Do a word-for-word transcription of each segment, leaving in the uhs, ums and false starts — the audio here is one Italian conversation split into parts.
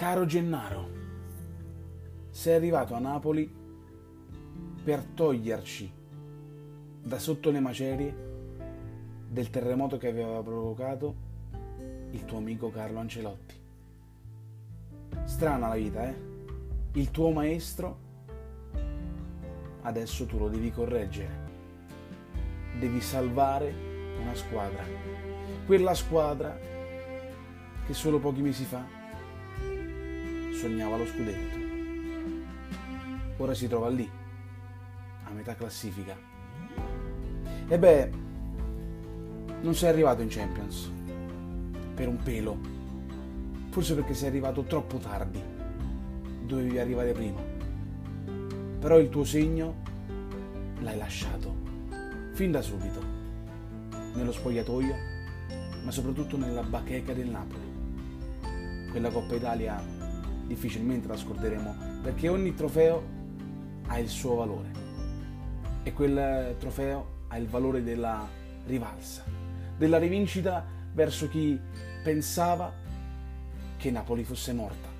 Caro Gennaro, sei arrivato a Napoli per toglierci da sotto le macerie del terremoto che aveva provocato il tuo amico Carlo Ancelotti. Strana la vita, eh? Il tuo maestro adesso tu lo devi correggere. Devi salvare una squadra. Quella squadra che solo pochi mesi fa sognava lo scudetto. Ora si trova lì, a metà classifica. E beh, non sei arrivato in Champions per un pelo, forse perché sei arrivato troppo tardi, dovevi arrivare prima. Però il tuo segno l'hai lasciato fin da subito, nello spogliatoio, ma soprattutto nella bacheca del Napoli. Quella Coppa Italia difficilmente la scorderemo, perché ogni trofeo ha il suo valore e quel trofeo ha il valore della rivalsa, della rivincita verso chi pensava che Napoli fosse morta.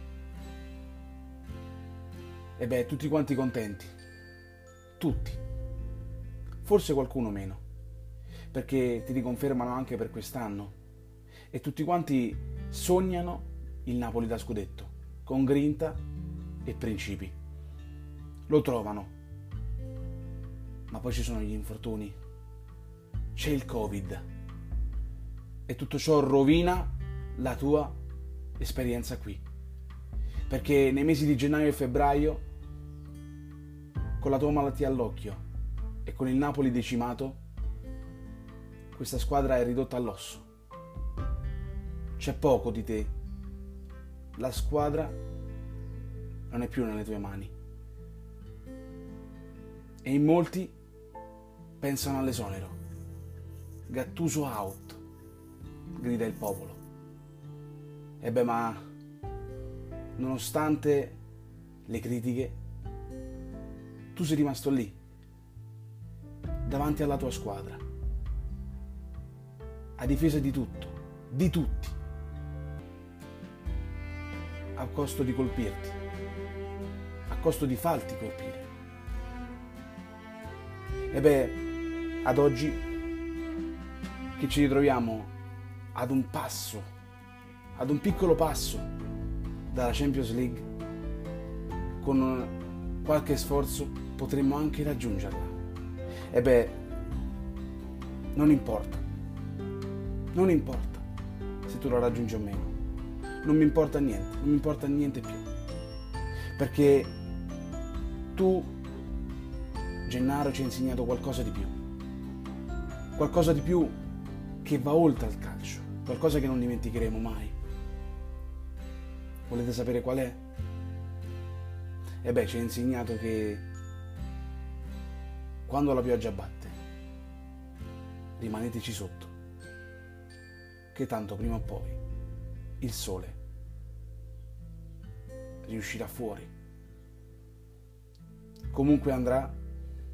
E beh, tutti quanti contenti, tutti, forse qualcuno meno, perché ti riconfermano anche per quest'anno e tutti quanti sognano il Napoli da scudetto, con grinta e principi. Lo trovano, ma poi ci sono gli infortuni, c'è il Covid e tutto ciò rovina la tua esperienza qui, perché nei mesi di gennaio e febbraio, con la tua malattia all'occhio e con il Napoli decimato, questa squadra è ridotta all'osso. C'è poco di te. La squadra non è più nelle tue mani. E in molti pensano all'esonero. Gattuso out, grida il popolo. E beh, ma nonostante le critiche, tu sei rimasto lì, davanti alla tua squadra, a difesa di tutto, di tutti, a costo di colpirti, a costo di farti colpire. E beh, ad oggi che ci ritroviamo ad un passo, ad un piccolo passo dalla Champions League, con qualche sforzo potremmo anche raggiungerla. E beh, non importa, non importa se tu la raggiungi o meno. Non mi importa niente, non mi importa niente più, perché tu, Gennaro, ci hai insegnato qualcosa di più, qualcosa di più che va oltre al calcio, qualcosa che non dimenticheremo mai. Volete sapere qual è? E beh, ci hai insegnato che quando la pioggia batte, rimaneteci sotto, che tanto prima o poi il sole riuscirà fuori. Comunque andrà,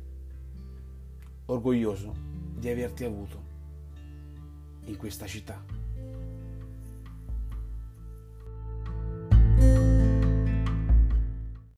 orgoglioso di averti avuto in questa città.